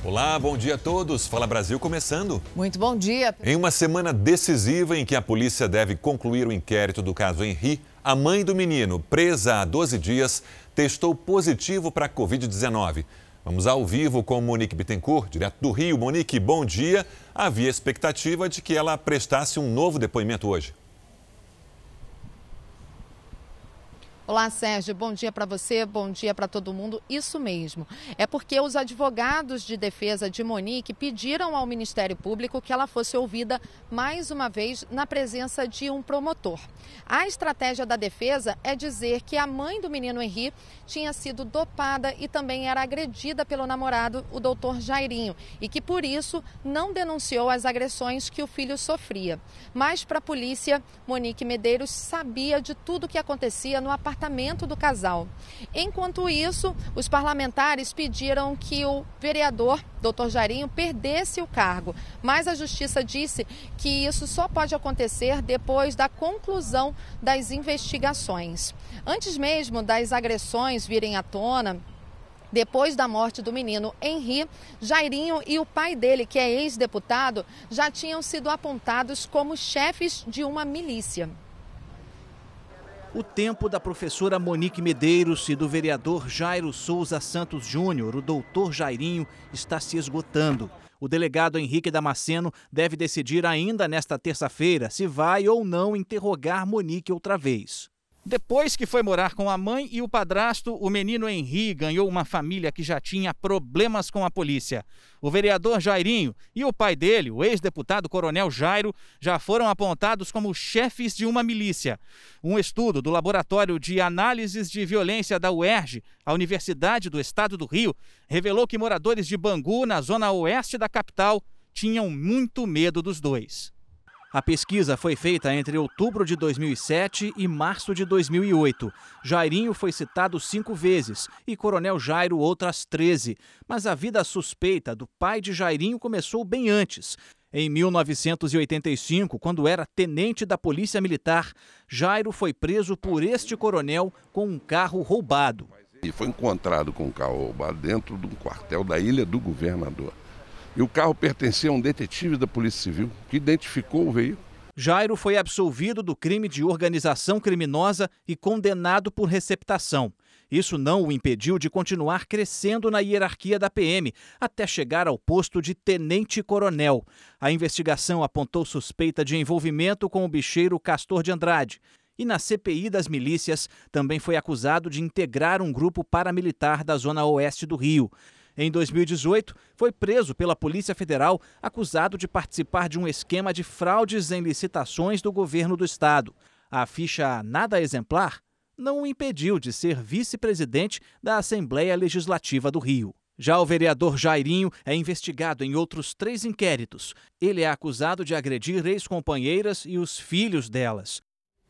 Olá, bom dia a todos. Fala Brasil começando. Muito bom dia. Em uma semana decisiva em que a polícia deve concluir o inquérito do caso Henri, a mãe do menino, presa há 12 dias, testou positivo para a Covid-19. Vamos ao vivo com Monique Bittencourt, direto do Rio. Monique, bom dia. Havia expectativa de que ela prestasse um novo depoimento hoje. Olá, Sérgio. Bom dia para você, bom dia para todo mundo. Isso mesmo. É porque os advogados de defesa de Monique pediram ao Ministério Público que ela fosse ouvida mais uma vez na presença de um promotor. A estratégia da defesa é dizer que a mãe do menino Henri tinha sido dopada e também era agredida pelo namorado, o doutor Jairinho, e que por isso não denunciou as agressões que o filho sofria. Mas para a polícia, Monique Medeiros sabia de tudo o que acontecia no apartamento do casal. Enquanto isso, os parlamentares pediram que o vereador, Dr. Jairinho, perdesse o cargo, mas a justiça disse que isso só pode acontecer depois da conclusão das investigações. Antes mesmo das agressões virem à tona, depois da morte do menino Henri, Jairinho e o pai dele, que é ex-deputado, já tinham sido apontados como chefes de uma milícia. O tempo da professora Monique Medeiros e do vereador Jairo Souza Santos Júnior, o doutor Jairinho, está se esgotando. O delegado Henrique Damasceno deve decidir ainda nesta terça-feira se vai ou não interrogar Monique outra vez. Depois que foi morar com a mãe e o padrasto, o menino Henri ganhou uma família que já tinha problemas com a polícia. O vereador Jairinho e o pai dele, o ex-deputado Coronel Jairo, já foram apontados como chefes de uma milícia. Um estudo do Laboratório de Análises de Violência da UERJ, a Universidade do Estado do Rio, revelou que moradores de Bangu, na zona oeste da capital, tinham muito medo dos dois. A pesquisa foi feita entre outubro de 2007 e março de 2008. Jairinho foi citado 5 vezes e Coronel Jairo outras 13. Mas a vida suspeita do pai de Jairinho começou bem antes. Em 1985, quando era tenente da Polícia Militar, Jairo foi preso por este coronel com um carro roubado. E foi encontrado com um carro roubado dentro de um quartel da Ilha do Governador. E o carro pertencia a um detetive da Polícia Civil, que identificou o veículo. Jairo foi absolvido do crime de organização criminosa e condenado por receptação. Isso não o impediu de continuar crescendo na hierarquia da PM, até chegar ao posto de tenente-coronel. A investigação apontou suspeita de envolvimento com o bicheiro Castor de Andrade. E na CPI das milícias também foi acusado de integrar um grupo paramilitar da zona oeste do Rio. Em 2018, foi preso pela Polícia Federal acusado de participar de um esquema de fraudes em licitações do governo do estado. A ficha nada exemplar não o impediu de ser vice-presidente da Assembleia Legislativa do Rio. Já o vereador Jairinho é investigado em outros 3 inquéritos. Ele é acusado de agredir ex-companheiras e os filhos delas.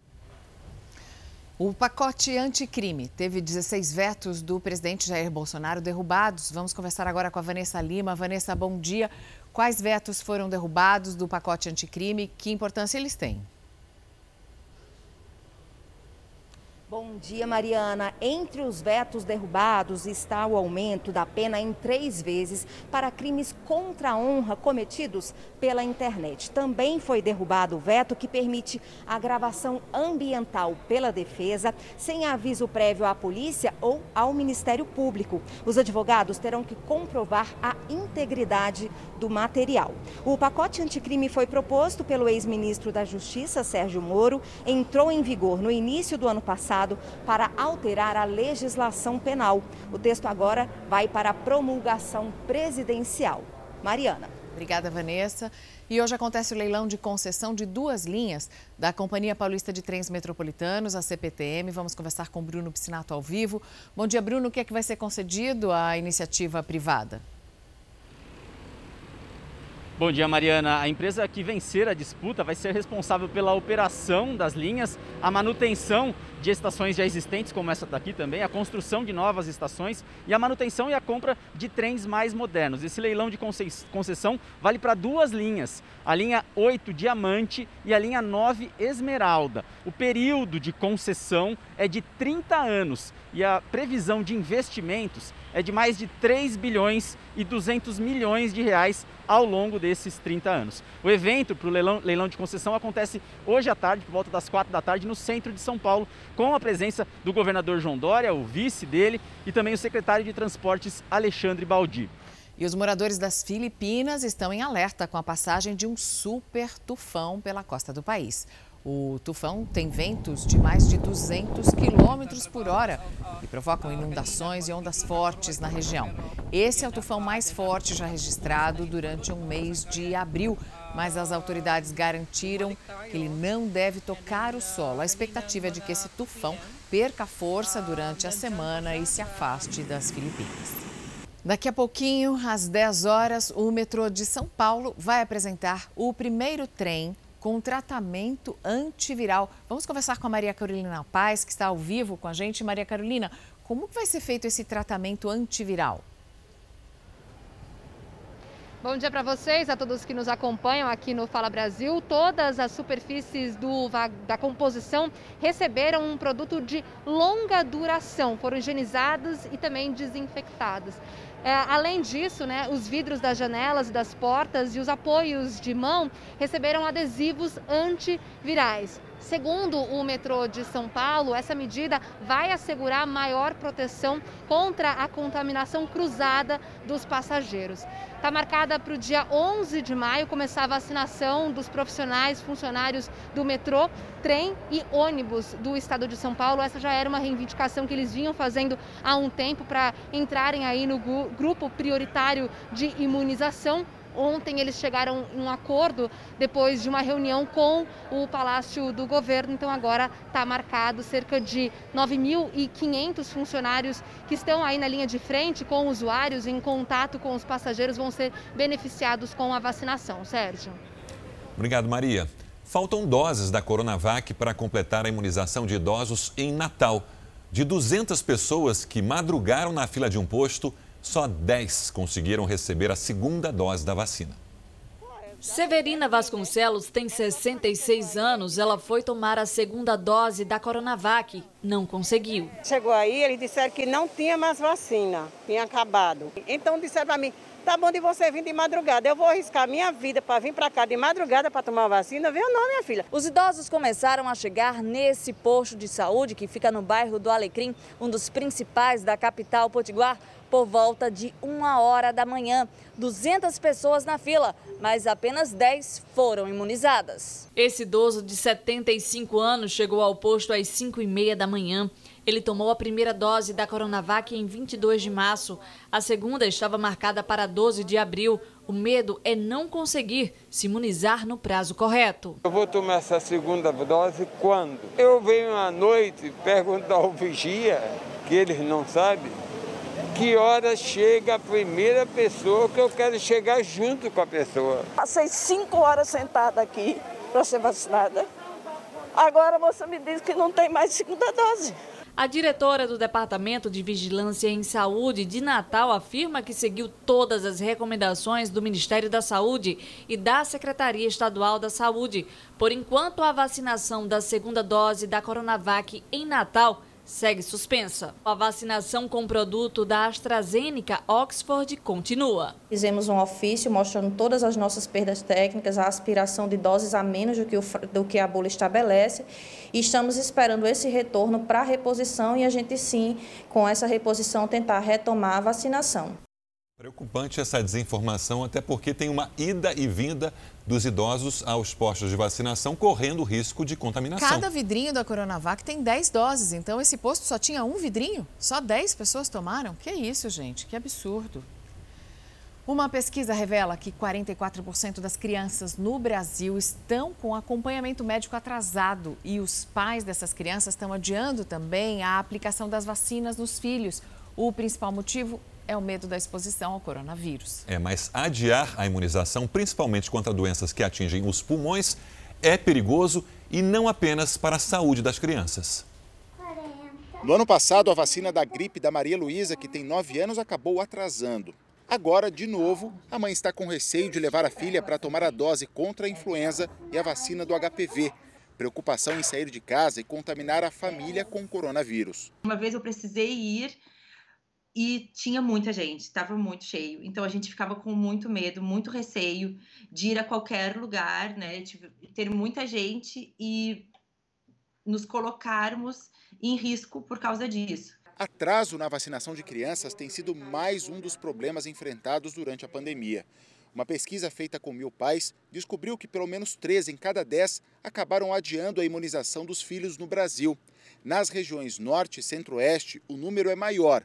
O pacote anticrime teve 16 vetos do presidente Jair Bolsonaro derrubados. Vamos conversar agora com a Vanessa Lima. Vanessa, bom dia. Quais vetos foram derrubados do pacote anticrime? Que importância eles têm? Bom dia, Mariana. Entre os vetos derrubados está o aumento da pena em 3 vezes para crimes contra a honra cometidos pela internet. Também foi derrubado o veto que permite a gravação ambiental pela defesa sem aviso prévio à polícia ou ao Ministério Público. Os advogados terão que comprovar a integridade do material. O pacote anticrime foi proposto pelo ex-ministro da Justiça, Sérgio Moro, entrou em vigor no início do ano passado para alterar a legislação penal. O texto agora vai para a promulgação presidencial. Mariana. Obrigada, Vanessa. E hoje acontece o leilão de concessão de 2 linhas da Companhia Paulista de Trens Metropolitanos, a CPTM. Vamos conversar com Bruno Piscinato ao vivo. Bom dia, Bruno. O que é que vai ser concedido à iniciativa privada? Bom dia, Mariana. A empresa que vencer a disputa vai ser responsável pela operação das linhas, a manutenção de estações já existentes, como essa daqui também, a construção de novas estações e a manutenção e a compra de trens mais modernos. Esse leilão de concessão vale para 2 linhas, a linha 8 Diamante e a linha 9 Esmeralda. O período de concessão é de 30 anos e a previsão de investimentos é de mais de 3 bilhões e 200 milhões de reais ao longo desses 30 anos. O evento para o leilão de concessão acontece hoje à tarde, por volta das 4 da tarde, no centro de São Paulo, com a presença do governador João Dória, o vice dele, e também o secretário de Transportes, Alexandre Baldi. E os moradores das Filipinas estão em alerta com a passagem de um super tufão pela costa do país. O tufão tem ventos de mais de 200 quilômetros por hora e provocam inundações e ondas fortes na região. Esse é o tufão mais forte já registrado durante um mês de abril, mas as autoridades garantiram que ele não deve tocar o solo. A expectativa é de que esse tufão perca força durante a semana e se afaste das Filipinas. Daqui a pouquinho, às 10 horas, o metrô de São Paulo vai apresentar o primeiro trem com tratamento antiviral. Vamos conversar com a Maria Carolina Paz, que está ao vivo com a gente. Maria Carolina, como vai ser feito esse tratamento antiviral? Bom dia para vocês, a todos que nos acompanham aqui no Fala Brasil. Todas as superfícies da composição receberam um produto de longa duração, foram higienizados e também desinfectados. Além disso, os vidros das janelas e das portas e os apoios de mão receberam adesivos antivirais. Segundo o metrô de São Paulo, essa medida vai assegurar maior proteção contra a contaminação cruzada dos passageiros. Está marcada para o dia 11 de maio começar a vacinação dos profissionais, funcionários do metrô, trem e ônibus do estado de São Paulo. Essa já era uma reivindicação que eles vinham fazendo há um tempo para entrarem aí no grupo prioritário de imunização. Ontem eles chegaram em um acordo depois de uma reunião com o Palácio do Governo. Então agora está marcado cerca de 9.500 funcionários que estão aí na linha de frente com usuários, em contato com os passageiros, vão ser beneficiados com a vacinação. Sérgio. Obrigado, Maria. Faltam doses da Coronavac para completar a imunização de idosos em Natal. De 200 pessoas que madrugaram na fila de um posto, só 10 conseguiram receber a segunda dose da vacina. Severina Vasconcelos tem 66 anos. Ela foi tomar a segunda dose da Coronavac. Não conseguiu. Chegou aí, eles disseram que não tinha mais vacina, tinha acabado. Então disseram para mim, tá bom de você vir de madrugada. Eu vou arriscar minha vida para vir para cá de madrugada para tomar vacina. Viu não, minha filha? Os idosos começaram a chegar nesse posto de saúde que fica no bairro do Alecrim, um dos principais da capital potiguar, por volta de 1h da manhã. 200 pessoas na fila, mas apenas 10 foram imunizadas. Esse idoso de 75 anos chegou ao posto às 5h30 da manhã. Ele tomou a primeira dose da Coronavac em 22 de março. A segunda estava marcada para 12 de abril. O medo é não conseguir se imunizar no prazo correto. Eu vou tomar essa segunda dose quando? Eu venho à noite perguntar ao vigia, que eles não sabem, que hora chega a primeira pessoa, que eu quero chegar junto com a pessoa. Passei 5 horas sentada aqui para ser vacinada. Agora você me diz que não tem mais segunda dose. A diretora do Departamento de Vigilância em Saúde de Natal afirma que seguiu todas as recomendações do Ministério da Saúde e da Secretaria Estadual da Saúde. Por enquanto, a vacinação da segunda dose da Coronavac em Natal segue suspensa. A vacinação com produto da AstraZeneca Oxford continua. Fizemos um ofício mostrando todas as nossas perdas técnicas, a aspiração de doses a menos do que a bula estabelece, e estamos esperando esse retorno para reposição e a gente sim, com essa reposição, tentar retomar a vacinação. Preocupante essa desinformação, até porque tem uma ida e vinda dos idosos aos postos de vacinação, correndo risco de contaminação. Cada vidrinho da Coronavac tem 10 doses, então esse posto só tinha um vidrinho? Só 10 pessoas tomaram? Que isso, gente? Que absurdo. Uma pesquisa revela que 44% das crianças no Brasil estão com acompanhamento médico atrasado e os pais dessas crianças estão adiando também a aplicação das vacinas nos filhos. O principal motivo é o medo da exposição ao coronavírus. Mas adiar a imunização, principalmente contra doenças que atingem os pulmões, é perigoso e não apenas para a saúde das crianças. No ano passado, a vacina da gripe da Maria Luísa, que tem 9 anos, acabou atrasando. Agora, de novo, a mãe está com receio de levar a filha para tomar a dose contra a influenza e a vacina do HPV. Preocupação em sair de casa e contaminar a família com o coronavírus. Uma vez eu precisei ir e tinha muita gente, estava muito cheio. Então a gente ficava com muito medo, muito receio de ir a qualquer lugar, né? Ter muita gente e nos colocarmos em risco por causa disso. Atraso na vacinação de crianças tem sido mais um dos problemas enfrentados durante a pandemia. Uma pesquisa feita com 1.000 pais descobriu que pelo menos 3 em cada 10 acabaram adiando a imunização dos filhos no Brasil. Nas regiões Norte e Centro-Oeste, o número é maior.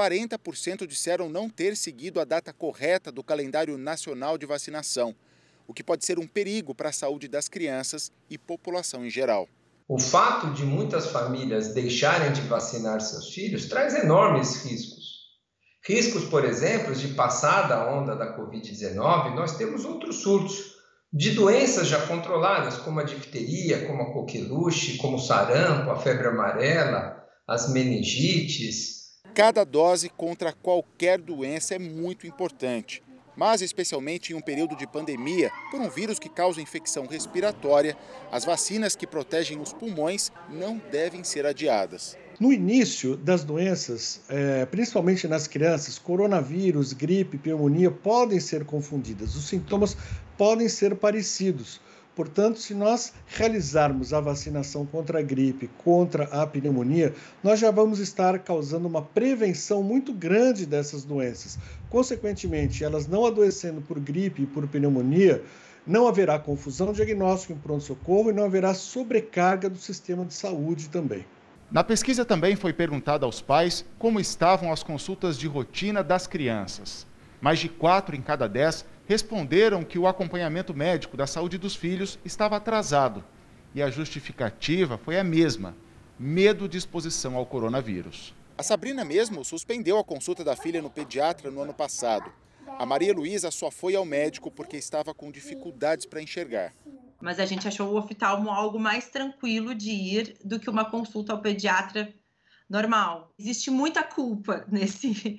40% disseram não ter seguido a data correta do calendário nacional de vacinação, o que pode ser um perigo para a saúde das crianças e população em geral. O fato de muitas famílias deixarem de vacinar seus filhos traz enormes riscos. Riscos, por exemplo, de passada a onda da Covid-19, nós temos outros surtos de doenças já controladas, como a difteria, como a coqueluche, como o sarampo, a febre amarela, as meningites. Cada dose contra qualquer doença é muito importante, mas especialmente em um período de pandemia, por um vírus que causa infecção respiratória, as vacinas que protegem os pulmões não devem ser adiadas. No início das doenças, principalmente nas crianças, coronavírus, gripe, pneumonia podem ser confundidas. Os sintomas podem ser parecidos. Portanto, se nós realizarmos a vacinação contra a gripe, contra a pneumonia, nós já vamos estar causando uma prevenção muito grande dessas doenças. Consequentemente, elas não adoecendo por gripe e por pneumonia, não haverá confusão diagnóstica em pronto-socorro e não haverá sobrecarga do sistema de saúde também. Na pesquisa também foi perguntado aos pais como estavam as consultas de rotina das crianças. Mais de 4 em cada 10 responderam que o acompanhamento médico da saúde dos filhos estava atrasado. E a justificativa foi a mesma: medo de exposição ao coronavírus. A Sabrina mesmo suspendeu a consulta da filha no pediatra no ano passado. A Maria Luísa só foi ao médico porque estava com dificuldades para enxergar. Mas a gente achou o oftalmo algo mais tranquilo de ir do que uma consulta ao pediatra normal. Existe muita culpa nesse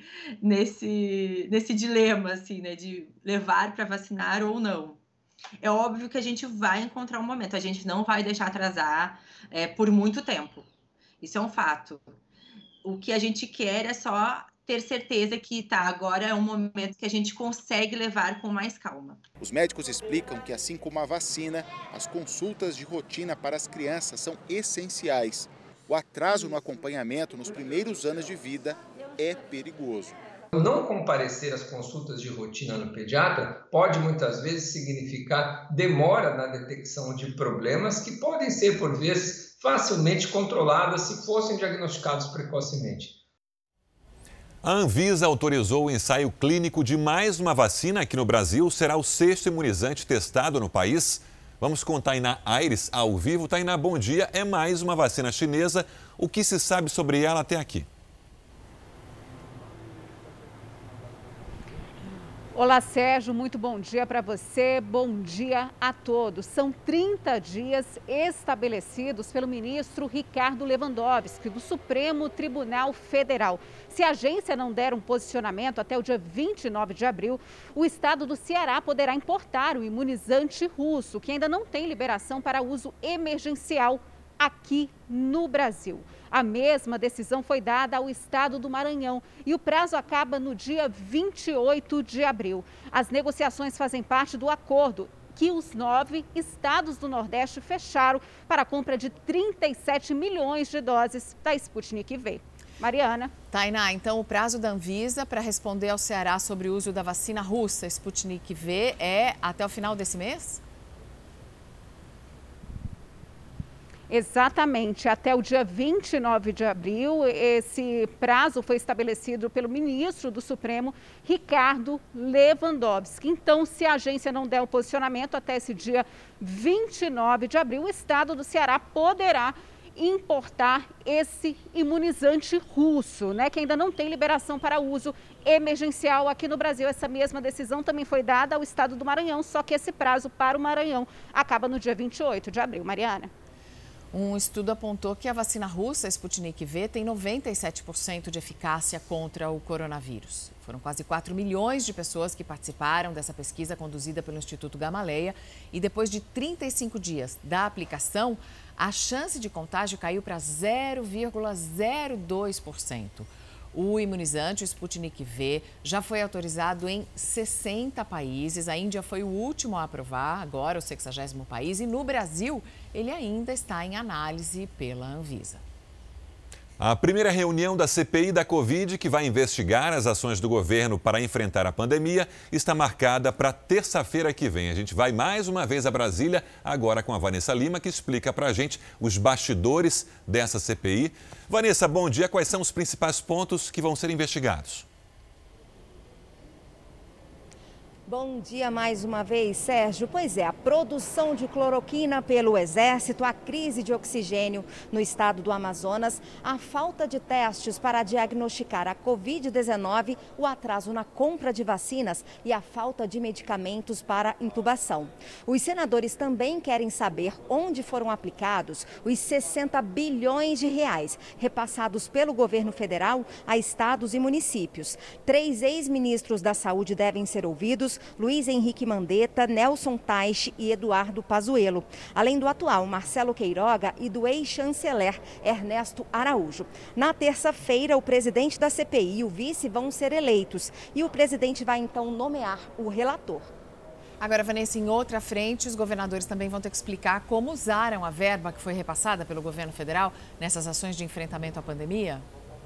dilema, assim, né, de levar para vacinar ou não. É óbvio que a gente vai encontrar um momento, a gente não vai deixar atrasar por muito tempo. Isso é um fato. O que a gente quer é só ter certeza que agora é um momento que a gente consegue levar com mais calma. Os médicos explicam que, assim como a vacina, as consultas de rotina para as crianças são essenciais. O atraso no acompanhamento nos primeiros anos de vida é perigoso. Não comparecer às consultas de rotina no pediatra pode muitas vezes significar demora na detecção de problemas que podem ser, por vezes, facilmente controladas se fossem diagnosticados precocemente. A Anvisa autorizou o ensaio clínico de mais uma vacina aqui no Brasil. Será o 6º imunizante testado no país. Vamos com Tainá Aires ao vivo. Tainá, bom dia. É mais uma vacina chinesa. O que se sabe sobre ela até aqui? Olá, Sérgio, muito bom dia para você, bom dia a todos. São 30 dias estabelecidos pelo ministro Ricardo Lewandowski, do Supremo Tribunal Federal. Se a agência não der um posicionamento até o dia 29 de abril, o estado do Ceará poderá importar o imunizante russo, que ainda não tem liberação para uso emergencial aqui no Brasil. A mesma decisão foi dada ao estado do Maranhão e o prazo acaba no dia 28 de abril. As negociações fazem parte do acordo que os 9 estados do Nordeste fecharam para a compra de 37 milhões de doses da Sputnik V. Mariana. Tainá, então o prazo da Anvisa para responder ao Ceará sobre o uso da vacina russa Sputnik V é até o final desse mês? Exatamente, até o dia 29 de abril, esse prazo foi estabelecido pelo ministro do Supremo, Ricardo Lewandowski. Então, se a agência não der o posicionamento até esse dia 29 de abril, o estado do Ceará poderá importar esse imunizante russo, né, que ainda não tem liberação para uso emergencial aqui no Brasil. Essa mesma decisão também foi dada ao estado do Maranhão, só que esse prazo para o Maranhão acaba no dia 28 de abril. Mariana. Um estudo apontou que a vacina russa Sputnik V tem 97% de eficácia contra o coronavírus. Foram quase 4 milhões de pessoas que participaram dessa pesquisa conduzida pelo Instituto Gamaleia e depois de 35 dias da aplicação, a chance de contágio caiu para 0,02%. O imunizante, o Sputnik V, já foi autorizado em 60 países. A Índia foi o último a aprovar, agora o 60º país. E no Brasil, ele ainda está em análise pela Anvisa. A primeira reunião da CPI da Covid, que vai investigar as ações do governo para enfrentar a pandemia, está marcada para terça-feira que vem. A gente vai mais uma vez a Brasília, agora com a Vanessa Lima, que explica para a gente os bastidores dessa CPI. Vanessa, bom dia. Quais são os principais pontos que vão ser investigados? Bom dia mais uma vez, Sérgio. Pois é, a produção de cloroquina pelo Exército, a crise de oxigênio no estado do Amazonas, a falta de testes para diagnosticar a Covid-19, o atraso na compra de vacinas e a falta de medicamentos para intubação. Os senadores também querem saber onde foram aplicados os 60 bilhões de reais repassados pelo governo federal a estados e municípios. 3 ex-ministros da Saúde devem ser ouvidos: Luiz Henrique Mandetta, Nelson Teich e Eduardo Pazuello, além do atual Marcelo Queiroga e do ex-chanceler Ernesto Araújo. Na terça-feira, o presidente da CPI e o vice vão ser eleitos e o presidente vai então nomear o relator. Agora, Vanessa, em outra frente, os governadores também vão ter que explicar como usaram a verba que foi repassada pelo governo federal nessas ações de enfrentamento à pandemia.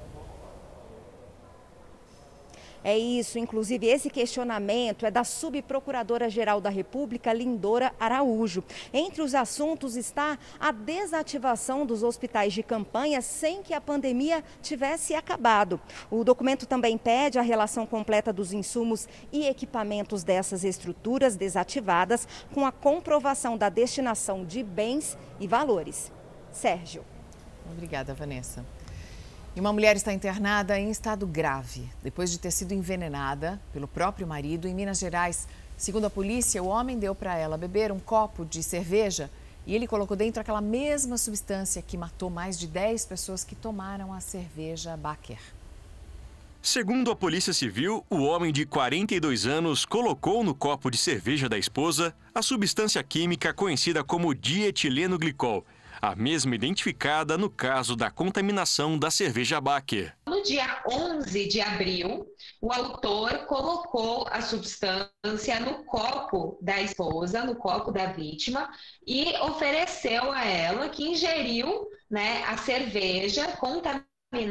É isso, inclusive esse questionamento é da subprocuradora-geral da República, Lindora Araújo. Entre os assuntos está a desativação dos hospitais de campanha sem que a pandemia tivesse acabado. O documento também pede a relação completa dos insumos e equipamentos dessas estruturas desativadas com a comprovação da destinação de bens e valores. Sérgio. Obrigada, Vanessa. E uma mulher está internada em estado grave, depois de ter sido envenenada pelo próprio marido em Minas Gerais. Segundo a polícia, o homem deu para ela beber um copo de cerveja e ele colocou dentro aquela mesma substância que matou mais de 10 pessoas que tomaram a cerveja Baker. Segundo a Polícia Civil, o homem de 42 anos colocou no copo de cerveja da esposa a substância química conhecida como dietileno-glicol, a mesma identificada no caso da contaminação da cerveja Baker. No dia 11 de abril, o autor colocou a substância no copo da esposa, no copo da vítima, e ofereceu a ela, que ingeriu, a cerveja contaminada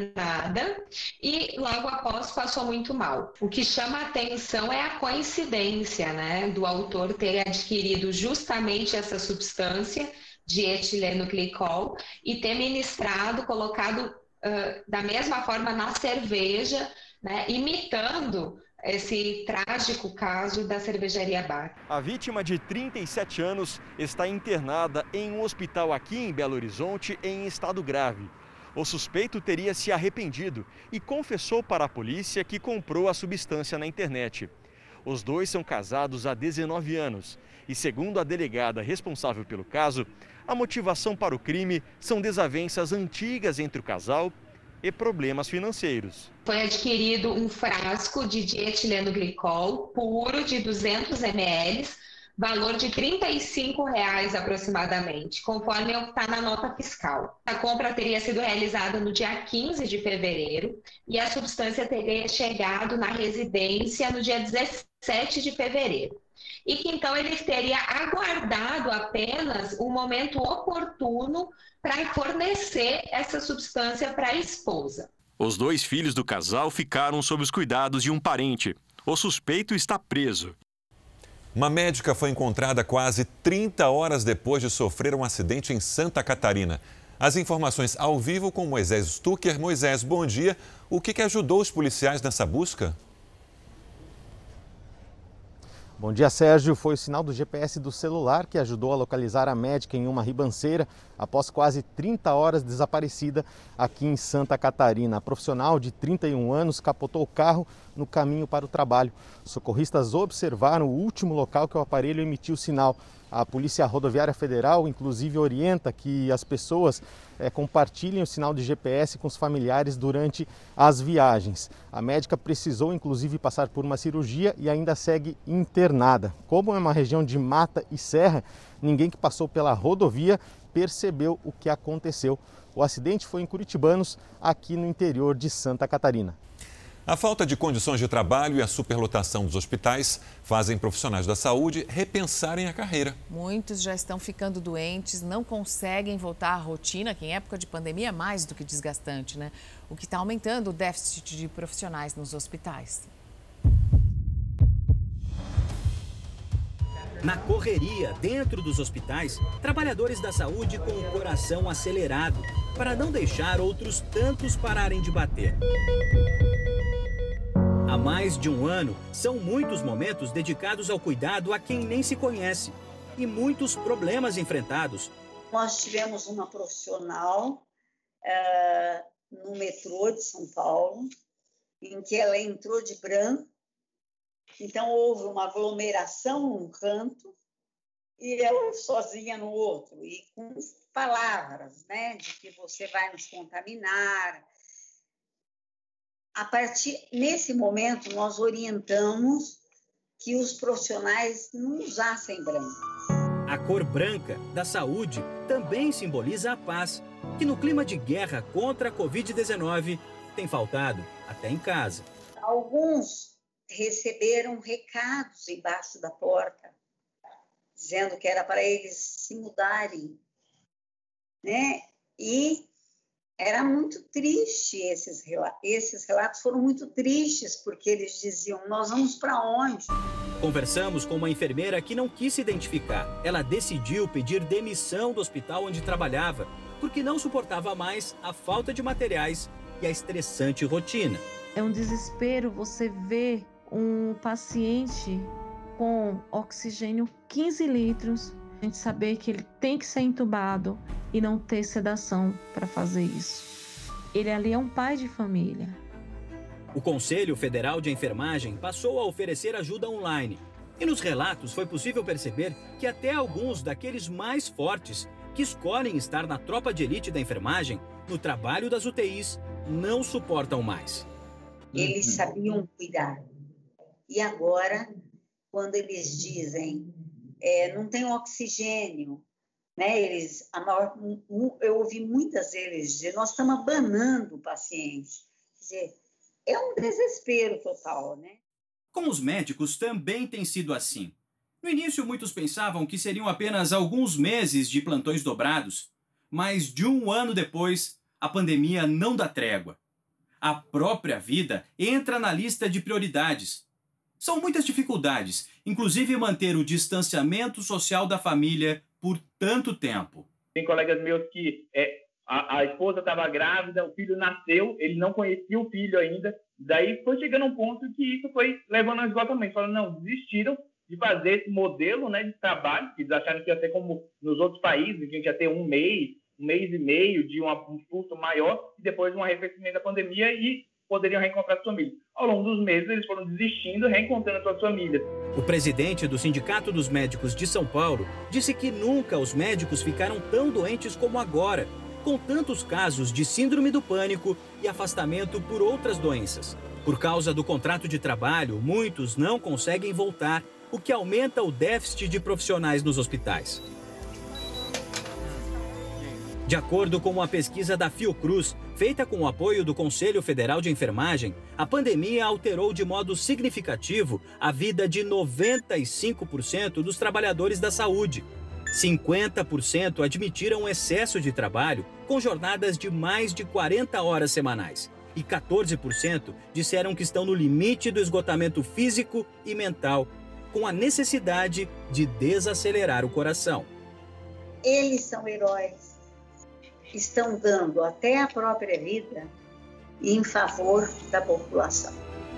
e logo após passou muito mal. O que chama a atenção é a coincidência, do autor ter adquirido justamente essa substância de etileno-glicol e ter ministrado, colocado da mesma forma na cerveja, imitando esse trágico caso da cervejaria Baker. A vítima de 37 anos está internada em um hospital aqui em Belo Horizonte em estado grave. O suspeito teria se arrependido e confessou para a polícia que comprou a substância na internet. Os dois são casados há 19 anos e, segundo a delegada responsável pelo caso, a motivação para o crime são desavenças antigas entre o casal e problemas financeiros. Foi adquirido um frasco de dietileno-glicol puro de 200 ml, valor de R$ 35 aproximadamente, conforme está na nota fiscal. A compra teria sido realizada no dia 15 de fevereiro e a substância teria chegado na residência no dia 17 de fevereiro. E que então ele teria aguardado apenas o momento oportuno para fornecer essa substância para a esposa. Os dois filhos do casal ficaram sob os cuidados de um parente. O suspeito está preso. Uma médica foi encontrada quase 30 horas depois de sofrer um acidente em Santa Catarina. As informações ao vivo com Moisés Stucker. Moisés, bom dia. O que ajudou os policiais nessa busca? Bom dia, Sérgio. Foi o sinal do GPS do celular que ajudou a localizar a médica em uma ribanceira após quase 30 horas desaparecida aqui em Santa Catarina. A profissional de 31 anos capotou o carro no caminho para o trabalho. Socorristas observaram o último local que o aparelho emitiu o sinal. A Polícia Rodoviária Federal, inclusive, orienta que as pessoas compartilhem o sinal de GPS com os familiares durante as viagens. A médica precisou, inclusive, passar por uma cirurgia e ainda segue internada. Como é uma região de mata e serra, ninguém que passou pela rodovia percebeu o que aconteceu. O acidente foi em Curitibanos, aqui no interior de Santa Catarina. A falta de condições de trabalho e a superlotação dos hospitais fazem profissionais da saúde repensarem a carreira. Muitos já estão ficando doentes, não conseguem voltar à rotina, que em época de pandemia é mais do que desgastante, né? O que está aumentando o déficit de profissionais nos hospitais. Na correria, dentro dos hospitais, trabalhadores da saúde com o coração acelerado, para não deixar outros tantos pararem de bater. Há mais de um ano, são muitos momentos dedicados ao cuidado a quem nem se conhece e muitos problemas enfrentados. Nós tivemos uma profissional no metrô de São Paulo, em que ela entrou de branco, então houve uma aglomeração num canto e ela sozinha no outro, e com palavras, né, de que você vai nos contaminar. Nesse momento, nós orientamos que os profissionais não usassem branco. A cor branca da saúde também simboliza a paz, que no clima de guerra contra a Covid-19 tem faltado até em casa. Alguns receberam recados embaixo da porta, dizendo que era para eles se mudarem, né? E era muito triste esses relatos foram muito tristes, porque eles diziam, nós vamos para onde? Conversamos com uma enfermeira que não quis se identificar. Ela decidiu pedir demissão do hospital onde trabalhava, porque não suportava mais a falta de materiais e a estressante rotina. É um desespero você ver um paciente com oxigênio 15 litros, a gente saber que ele tem que ser entubado e não ter sedação para fazer isso. Ele ali é um pai de família. O Conselho Federal de Enfermagem passou a oferecer ajuda online. E nos relatos foi possível perceber que até alguns daqueles mais fortes que escolhem estar na tropa de elite da enfermagem, no trabalho das UTIs, não suportam mais. Eles sabiam cuidar. E agora, quando eles dizem, não tem oxigênio, né? Eu ouvi muitas vezes dizer, nós estamos abanando o paciente. Quer dizer, é um desespero total, né? Com os médicos também tem sido assim. No início, muitos pensavam que seriam apenas alguns meses de plantões dobrados, mas de um ano depois, a pandemia não dá trégua. A própria vida entra na lista de prioridades. São muitas dificuldades, inclusive manter o distanciamento social da família por tanto tempo. Tem colegas meus que a esposa estava grávida, o filho nasceu, ele não conhecia o filho ainda, daí foi chegando um ponto que isso foi levando ao esgotamento. Falaram, não, desistiram de fazer esse modelo, né, de trabalho, que eles acharam que ia ser como nos outros países, que a gente ia ter um mês e meio de um custo maior, e depois um arrefecimento da pandemia e poderiam reencontrar suas famílias. Ao longo dos meses, eles foram desistindo, reencontrando suas famílias. O presidente do Sindicato dos Médicos de São Paulo disse que nunca os médicos ficaram tão doentes como agora, com tantos casos de síndrome do pânico e afastamento por outras doenças. Por causa do contrato de trabalho, muitos não conseguem voltar, o que aumenta o déficit de profissionais nos hospitais. De acordo com uma pesquisa da Fiocruz, feita com o apoio do Conselho Federal de Enfermagem, a pandemia alterou de modo significativo a vida de 95% dos trabalhadores da saúde. 50% admitiram excesso de trabalho, com jornadas de mais de 40 horas semanais. E 14% disseram que estão no limite do esgotamento físico e mental, com a necessidade de desacelerar o coração. Eles são heróis. Estão dando até a própria vida em favor da população.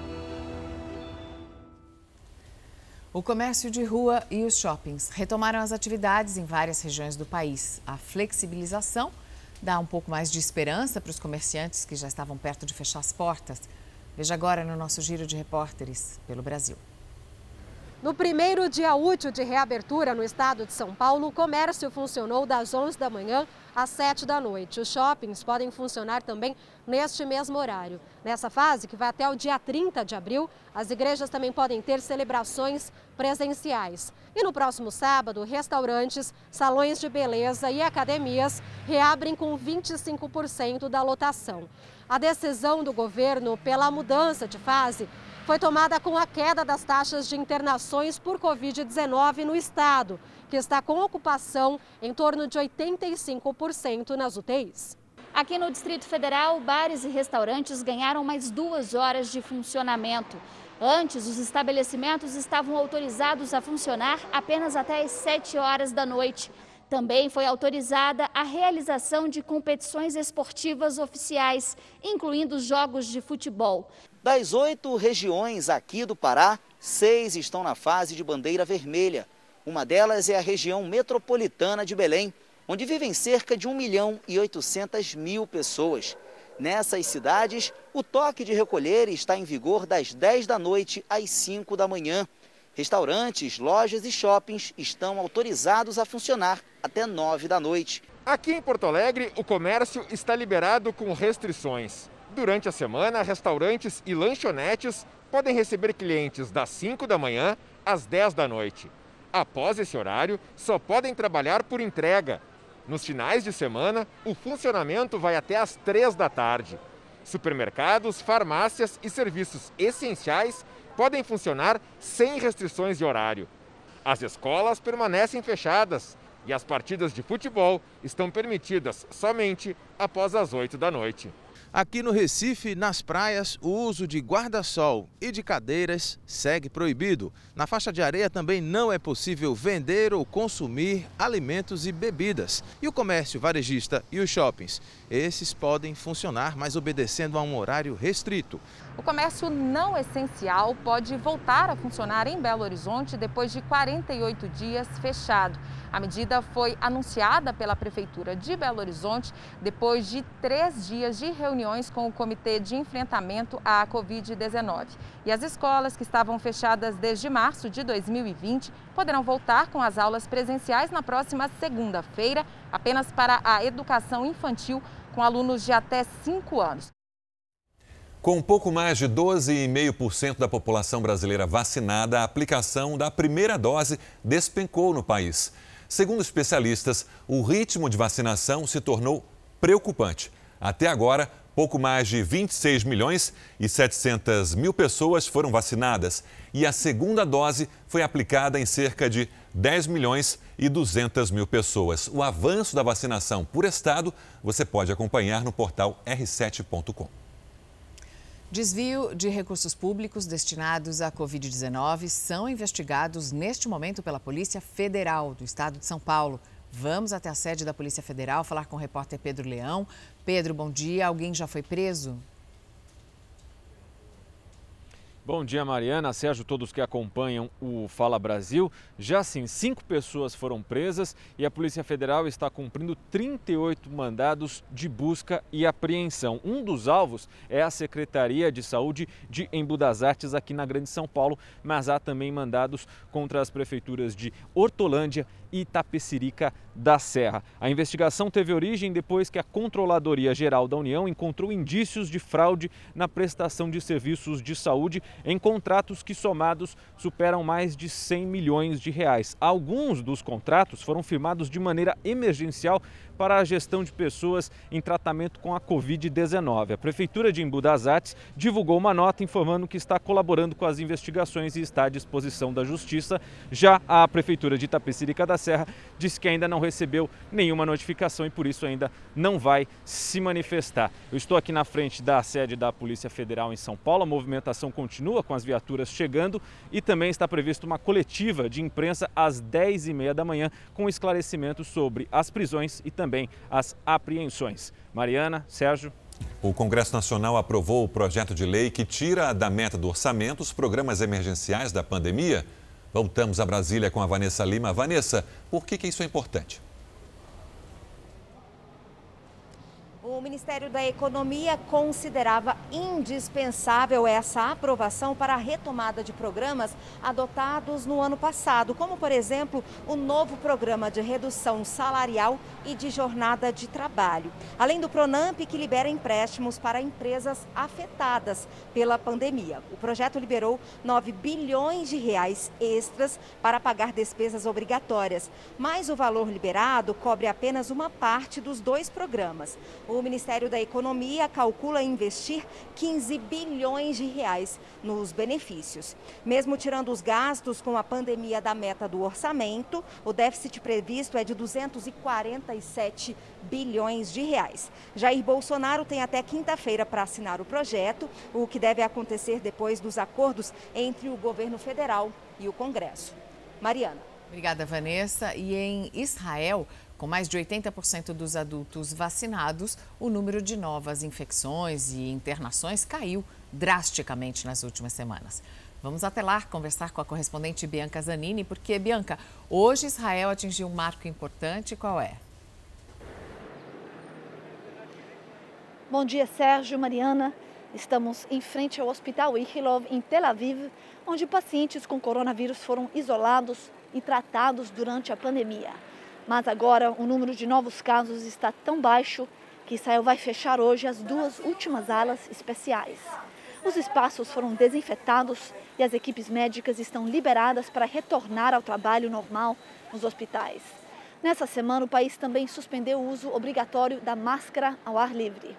O comércio de rua e os shoppings retomaram as atividades em várias regiões do país. A flexibilização dá um pouco mais de esperança para os comerciantes que já estavam perto de fechar as portas. Veja agora no nosso giro de repórteres pelo Brasil. No primeiro dia útil de reabertura no estado de São Paulo, o comércio funcionou das 11 da manhã às 7 da noite. Os shoppings podem funcionar também neste mesmo horário. Nessa fase, que vai até o dia 30 de abril, as igrejas também podem ter celebrações presenciais. E no próximo sábado, restaurantes, salões de beleza e academias reabrem com 25% da lotação. A decisão do governo pela mudança de fase foi tomada com a queda das taxas de internações por Covid-19 no estado, que está com ocupação em torno de 85% nas UTIs. Aqui no Distrito Federal, bares e restaurantes ganharam mais 2 horas de funcionamento. Antes, os estabelecimentos estavam autorizados a funcionar apenas até as 7 horas da noite. Também foi autorizada a realização de competições esportivas oficiais, incluindo jogos de futebol. Das 8 regiões aqui do Pará, 6 estão na fase de bandeira vermelha. Uma delas é a região metropolitana de Belém, onde vivem cerca de 1.800.000 pessoas. Nessas cidades, o toque de recolher está em vigor das 10 da noite às 5 da manhã. Restaurantes, lojas e shoppings estão autorizados a funcionar até 9 da noite. Aqui em Porto Alegre, o comércio está liberado com restrições. Durante a semana, restaurantes e lanchonetes podem receber clientes das 5 da manhã às 10 da noite. Após esse horário, só podem trabalhar por entrega. Nos finais de semana, o funcionamento vai até às 3 da tarde. Supermercados, farmácias e serviços essenciais podem funcionar sem restrições de horário. As escolas permanecem fechadas e as partidas de futebol estão permitidas somente após as 8 da noite. Aqui no Recife, nas praias, o uso de guarda-sol e de cadeiras segue proibido. Na faixa de areia também não é possível vender ou consumir alimentos e bebidas. E o comércio varejista e os shoppings? Esses podem funcionar, mas obedecendo a um horário restrito. O comércio não essencial pode voltar a funcionar em Belo Horizonte depois de 48 dias fechado. A medida foi anunciada pela Prefeitura de Belo Horizonte depois de 3 dias de reuniões com o Comitê de Enfrentamento à Covid-19. E as escolas que estavam fechadas desde março de 2020 poderão voltar com as aulas presenciais na próxima segunda-feira, apenas para a educação infantil com alunos de até 5 anos. Com um pouco mais de 12,5% da população brasileira vacinada, a aplicação da primeira dose despencou no país. Segundo especialistas, o ritmo de vacinação se tornou preocupante. Até agora, pouco mais de 26 milhões e 700 mil pessoas foram vacinadas e a segunda dose foi aplicada em cerca de 10 milhões e 200 mil pessoas. O avanço da vacinação por estado você pode acompanhar no portal r7.com. Desvio de recursos públicos destinados à Covid-19 são investigados neste momento pela Polícia Federal do Estado de São Paulo. Vamos até a sede da Polícia Federal falar com o repórter Pedro Leão. Pedro, bom dia. Alguém já foi preso? Bom dia, Mariana, Sérgio, todos que acompanham o Fala Brasil. Já sim, 5 pessoas foram presas e a Polícia Federal está cumprindo 38 mandados de busca e apreensão. Um dos alvos é a Secretaria de Saúde de Embu das Artes, aqui na Grande São Paulo, mas há também mandados contra as prefeituras de Hortolândia e Itapecerica da Serra. A investigação teve origem depois que a Controladoria Geral da União encontrou indícios de fraude na prestação de serviços de saúde em contratos que somados superam mais de 100 milhões de reais. Alguns dos contratos foram firmados de maneira emergencial para a gestão de pessoas em tratamento com a Covid-19. A Prefeitura de Embu das Artes divulgou uma nota informando que está colaborando com as investigações e está à disposição da Justiça. Já a Prefeitura de Itapecerica da Serra disse que ainda não recebeu nenhuma notificação e por isso ainda não vai se manifestar. Eu estou aqui na frente da sede da Polícia Federal em São Paulo. A movimentação continua com as viaturas chegando e também está prevista uma coletiva de imprensa às 10h30 da manhã com esclarecimentos sobre as prisões e também as apreensões. Mariana, Sérgio. O Congresso Nacional aprovou o projeto de lei que tira da meta do orçamento os programas emergenciais da pandemia. Voltamos a Brasília com a Vanessa Lima. Vanessa, por que isso é importante? O Ministério da Economia considerava indispensável essa aprovação para a retomada de programas adotados no ano passado, como, por exemplo, o novo programa de redução salarial e de jornada de trabalho, além do Pronamp, que libera empréstimos para empresas afetadas pela pandemia. O projeto liberou 9 bilhões de reais extras para pagar despesas obrigatórias, mas o valor liberado cobre apenas uma parte dos dois programas. O Ministério da Economia calcula investir 15 bilhões de reais nos benefícios. Mesmo tirando os gastos com a pandemia da meta do orçamento, o déficit previsto é de 247 bilhões de reais. Jair Bolsonaro tem até quinta-feira para assinar o projeto, o que deve acontecer depois dos acordos entre o governo federal e o Congresso. Mariana. Obrigada, Vanessa. E em Israel, com mais de 80% dos adultos vacinados, o número de novas infecções e internações caiu drasticamente nas últimas semanas. Vamos até lá conversar com a correspondente Bianca Zanini, porque, Bianca, hoje Israel atingiu um marco importante. Qual é? Bom dia, Sérgio, Mariana. Estamos em frente ao Hospital Ichilov, em Tel Aviv, onde pacientes com coronavírus foram isolados e tratados durante a pandemia. Mas agora o número de novos casos está tão baixo que Israel vai fechar hoje as duas últimas alas especiais. Os espaços foram desinfetados e as equipes médicas estão liberadas para retornar ao trabalho normal nos hospitais. Nessa semana, o país também suspendeu o uso obrigatório da máscara ao ar livre.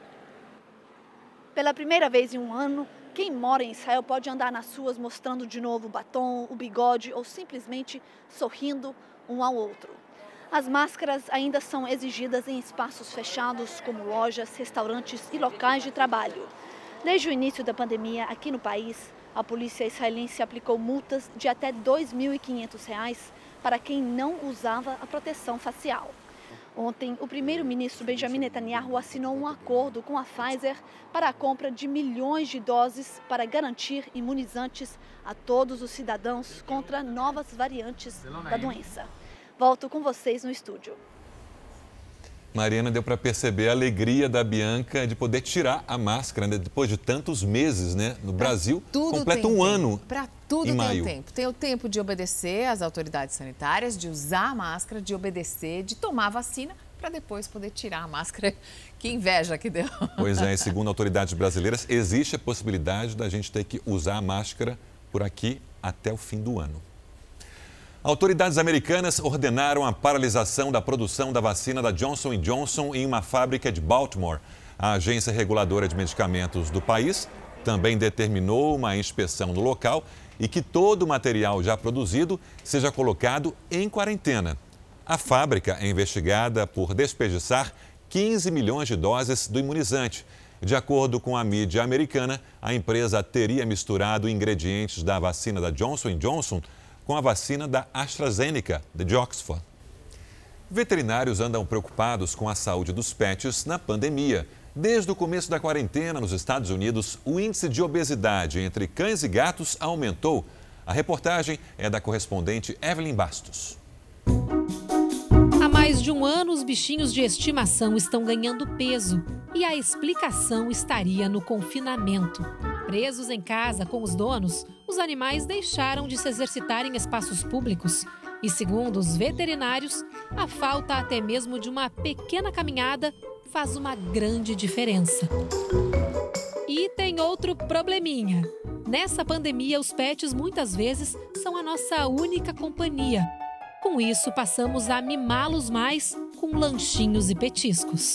Pela primeira vez em um ano, quem mora em Israel pode andar nas ruas mostrando de novo o batom, o bigode ou simplesmente sorrindo um ao outro. As máscaras ainda são exigidas em espaços fechados, como lojas, restaurantes e locais de trabalho. Desde o início da pandemia, aqui no país, a polícia israelense aplicou multas de até R$ 2.500 para quem não usava a proteção facial. Ontem, o primeiro-ministro Benjamin Netanyahu assinou um acordo com a Pfizer para a compra de milhões de doses para garantir imunizantes a todos os cidadãos contra novas variantes da doença. Volto com vocês no estúdio. Mariana, deu para perceber a alegria da Bianca de poder tirar a máscara, né? Depois de tantos meses, né? No Brasil, completa um ano. Para tudo tem maio. tempo. Tem o tempo de obedecer às autoridades sanitárias, de usar a máscara, de obedecer, de tomar a vacina, para depois poder tirar a máscara. Que inveja que deu. Pois é, e segundo autoridades brasileiras, existe a possibilidade da gente ter que usar a máscara por aqui até o fim do ano. Autoridades americanas ordenaram a paralisação da produção da vacina da Johnson & Johnson em uma fábrica de Baltimore. A agência reguladora de medicamentos do país também determinou uma inspeção no local e que todo o material já produzido seja colocado em quarentena. A fábrica é investigada por desperdiçar 15 milhões de doses do imunizante. De acordo com a mídia americana, a empresa teria misturado ingredientes da vacina da Johnson & Johnson com a vacina da AstraZeneca, de Oxford. Veterinários andam preocupados com a saúde dos pets na pandemia. Desde o começo da quarentena nos Estados Unidos, o índice de obesidade entre cães e gatos aumentou. A reportagem é da correspondente Evelyn Bastos. Há mais de um ano, os bichinhos de estimação estão ganhando peso. E a explicação estaria no confinamento. Presos em casa com os donos, os animais deixaram de se exercitar em espaços públicos. E, segundo os veterinários, a falta até mesmo de uma pequena caminhada faz uma grande diferença. E tem outro probleminha. Nessa pandemia, os pets muitas vezes são a nossa única companhia. Com isso, passamos a mimá-los mais com lanchinhos e petiscos.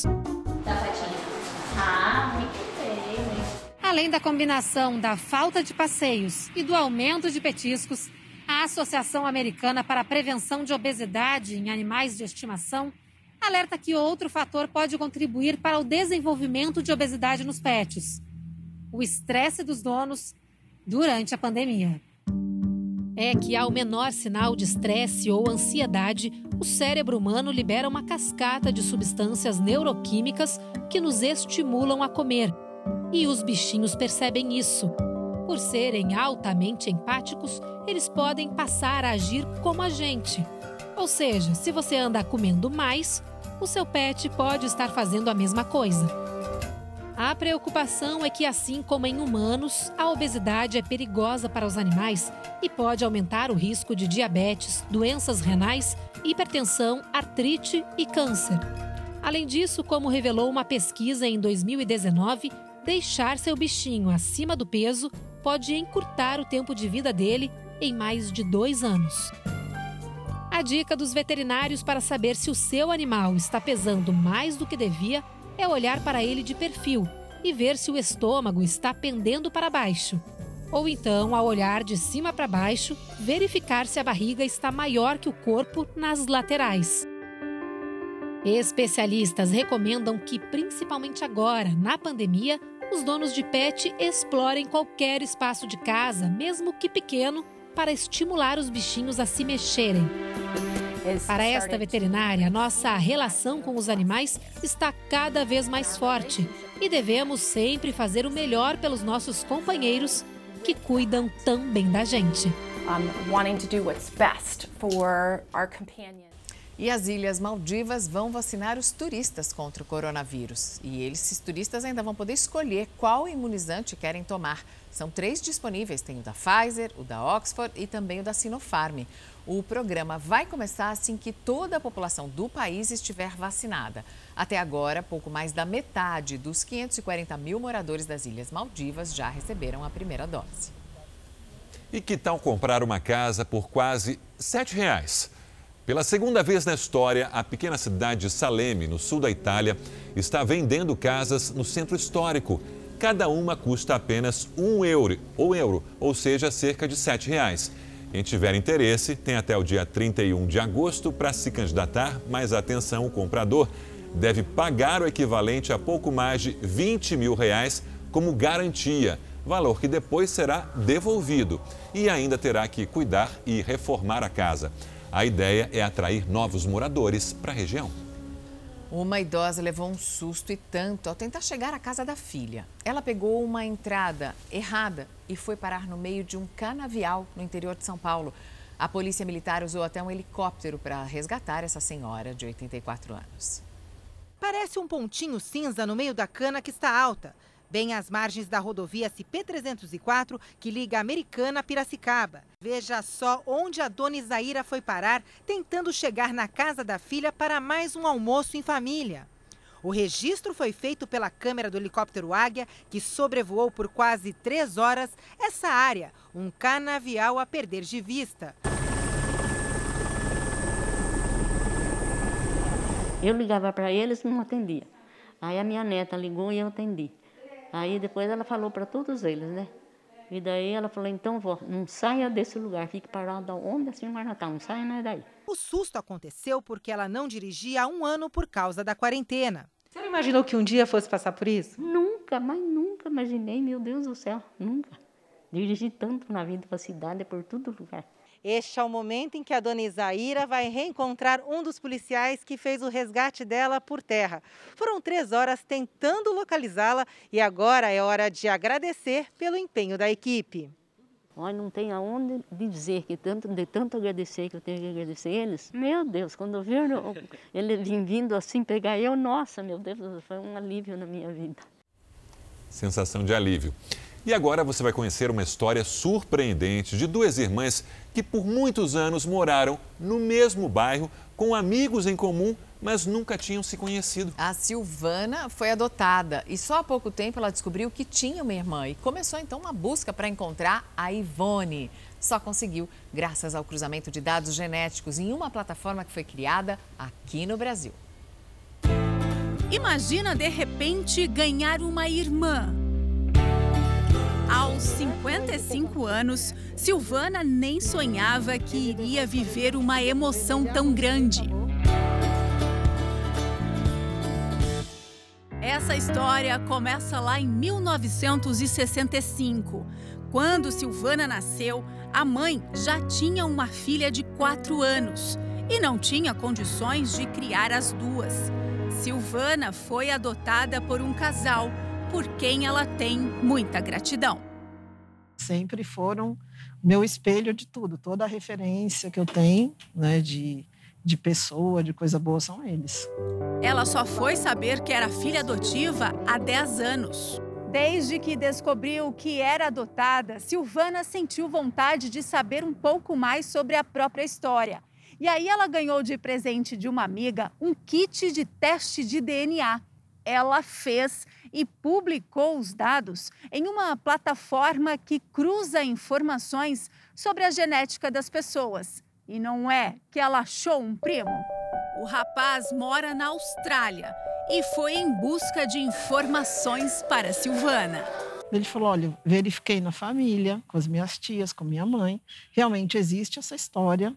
Muito bem. Além da combinação da falta de passeios e do aumento de petiscos, a Associação Americana para a Prevenção de Obesidade em Animais de Estimação alerta que outro fator pode contribuir para o desenvolvimento de obesidade nos pets: o estresse dos donos durante a pandemia. É que ao menor sinal de estresse ou ansiedade, o cérebro humano libera uma cascata de substâncias neuroquímicas que nos estimulam a comer. E os bichinhos percebem isso. Por serem altamente empáticos, eles podem passar a agir como a gente. Ou seja, se você anda comendo mais, o seu pet pode estar fazendo a mesma coisa. A preocupação é que, assim como em humanos, a obesidade é perigosa para os animais e pode aumentar o risco de diabetes, doenças renais, hipertensão, artrite e câncer. Além disso, como revelou uma pesquisa em 2019, deixar seu bichinho acima do peso pode encurtar o tempo de vida dele em mais de 2 anos. A dica dos veterinários para saber se o seu animal está pesando mais do que devia é olhar para ele de perfil e ver se o estômago está pendendo para baixo. Ou então, ao olhar de cima para baixo, verificar se a barriga está maior que o corpo nas laterais. Especialistas recomendam que, principalmente agora, na pandemia, os donos de pet explorem qualquer espaço de casa, mesmo que pequeno, para estimular os bichinhos a se mexerem. Para esta veterinária, nossa relação com os animais está cada vez mais forte e devemos sempre fazer o melhor pelos nossos companheiros que cuidam tão bem da gente. E as Ilhas Maldivas vão vacinar os turistas contra o coronavírus. E esses turistas ainda vão poder escolher qual imunizante querem tomar. São 3 disponíveis, tem o da Pfizer, o da Oxford e também o da Sinopharm. O programa vai começar assim que toda a população do país estiver vacinada. Até agora, pouco mais da metade dos 540 mil moradores das Ilhas Maldivas já receberam a primeira dose. E que tal comprar uma casa por quase R$ 7? Pela segunda vez na história, a pequena cidade de Salemi, no sul da Itália, está vendendo casas no centro histórico. Cada uma custa apenas €1, ou seja, cerca de R$ 7. Quem tiver interesse tem até o dia 31 de agosto para se candidatar, mas atenção, o comprador deve pagar o equivalente a pouco mais de R$20 mil como garantia, valor que depois será devolvido e ainda terá que cuidar e reformar a casa. A ideia é atrair novos moradores para a região. Uma idosa levou um susto e tanto ao tentar chegar à casa da filha. Ela pegou uma entrada errada e foi parar no meio de um canavial no interior de São Paulo. A polícia militar usou até um helicóptero para resgatar essa senhora de 84 anos. Parece um pontinho cinza no meio da cana que está alta, bem às margens da rodovia SP-304, que liga Americana a Piracicaba. Veja só onde a dona Isaíra foi parar, tentando chegar na casa da filha para mais um almoço em família. O registro foi feito pela câmera do helicóptero Águia, que sobrevoou por quase 3 horas essa área, um canavial a perder de vista. Eu ligava para eles e não atendia. Aí a minha neta ligou e eu atendi. Aí depois ela falou para todos eles, né? E daí ela falou, então, vó, não saia desse lugar, fique parada onde a senhora está, não saia mais daí. O susto aconteceu porque ela não dirigia há 1 ano por causa da quarentena. Você não imaginou que um dia fosse passar por isso? Nunca, mas nunca imaginei, meu Deus do céu, nunca. Dirigi tanto na vida para a cidade, por todo lugar. Este é o momento em que a dona Isaíra vai reencontrar um dos policiais que fez o resgate dela por terra. Foram 3 horas tentando localizá-la e agora é hora de agradecer pelo empenho da equipe. Olha, não tem aonde dizer que de tanto agradecer que eu tenho que agradecer eles. Meu Deus, quando eu vi ele vindo assim pegar eu, nossa, meu Deus, foi um alívio na minha vida. Sensação de alívio. E agora você vai conhecer uma história surpreendente de 2 irmãs que por muitos anos moraram no mesmo bairro, com amigos em comum, mas nunca tinham se conhecido. A Silvana foi adotada e só há pouco tempo ela descobriu que tinha uma irmã e começou então uma busca para encontrar a Ivone. Só conseguiu graças ao cruzamento de dados genéticos em uma plataforma que foi criada aqui no Brasil. Imagina de repente ganhar uma irmã. Aos 55 anos, Silvana nem sonhava que iria viver uma emoção tão grande. Essa história começa lá em 1965. Quando Silvana nasceu, a mãe já tinha uma filha de 4 anos e não tinha condições de criar as duas. Silvana foi adotada por um casal, por quem ela tem muita gratidão. Sempre foram meu espelho de tudo, toda a referência que eu tenho, né, de de pessoa, de coisa boa, são eles. Ela só foi saber que era filha adotiva há 10 anos. Desde que descobriu que era adotada, Silvana sentiu vontade de saber um pouco mais sobre a própria história. E aí ela ganhou de presente de uma amiga um kit de teste de DNA. Ela fez e publicou os dados em uma plataforma que cruza informações sobre a genética das pessoas. E não é que ela achou um primo? O rapaz mora na Austrália e foi em busca de informações para Silvana. Ele falou, olha, verifiquei na família, com as minhas tias, com minha mãe, realmente existe essa história.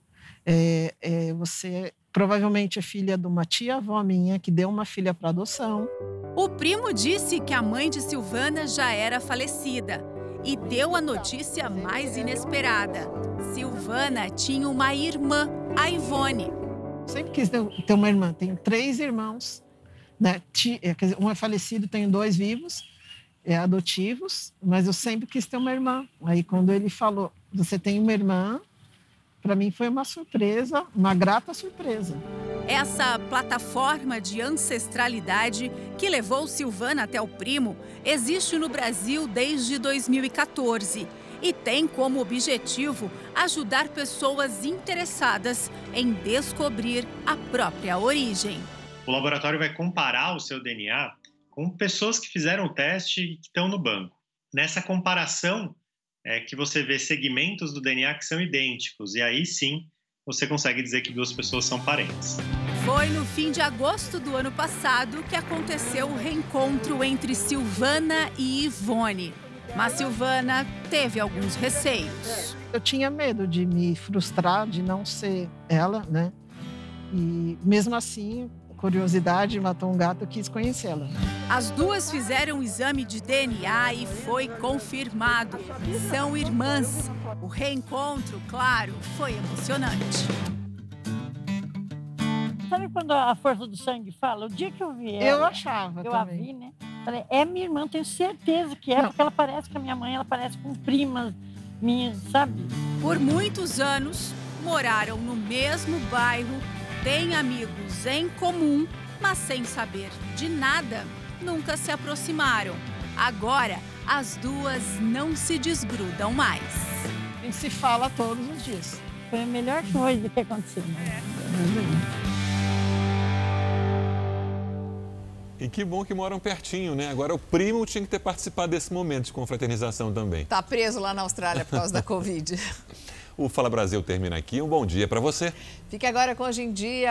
Você provavelmente é filha de uma tia-avó minha que deu uma filha para adoção. O primo disse que a mãe de Silvana já era falecida e deu a notícia mais inesperada. Silvana tinha uma irmã, a Ivone. Sempre quis ter uma irmã, tenho 3 irmãos, né? Um é falecido, tenho 2 vivos, adotivos, mas eu sempre quis ter uma irmã. Aí quando ele falou, você tem uma irmã, para mim foi uma surpresa, uma grata surpresa. Essa plataforma de ancestralidade que levou Silvana até o primo existe no Brasil desde 2014 e tem como objetivo ajudar pessoas interessadas em descobrir a própria origem. O laboratório vai comparar o seu DNA com pessoas que fizeram o teste e que estão no banco. Nessa comparação é que você vê segmentos do DNA que são idênticos e aí sim você consegue dizer que 2 pessoas são parentes. Foi no fim de agosto do ano passado que aconteceu o reencontro entre Silvana e Ivone. Mas Silvana teve alguns receios. Eu tinha medo de me frustrar, de não ser ela, né? E mesmo assim, curiosidade matou um gato, eu quis conhecê-la. As 2 fizeram um exame de DNA e foi confirmado. São irmãs. O reencontro, claro, foi emocionante. Sabe quando a força do sangue fala? O dia que eu vi ela... Eu achava eu também. a vi, né? Falei, é minha irmã, tenho certeza que é, porque ela parece com a minha mãe, ela parece com primas minhas, sabe? Por muitos anos, moraram no mesmo bairro, têm amigos em comum, mas sem saber de nada, nunca se aproximaram. Agora, as 2 não se desgrudam mais. A gente se fala todos os dias. Foi a melhor coisa que aconteceu, né? E que bom que moram pertinho, né? Agora o primo tinha que ter participado desse momento de confraternização também. Tá preso lá na Austrália por causa da Covid. O Fala Brasil termina aqui. Um bom dia para você. Fique agora com Hoje em Dia.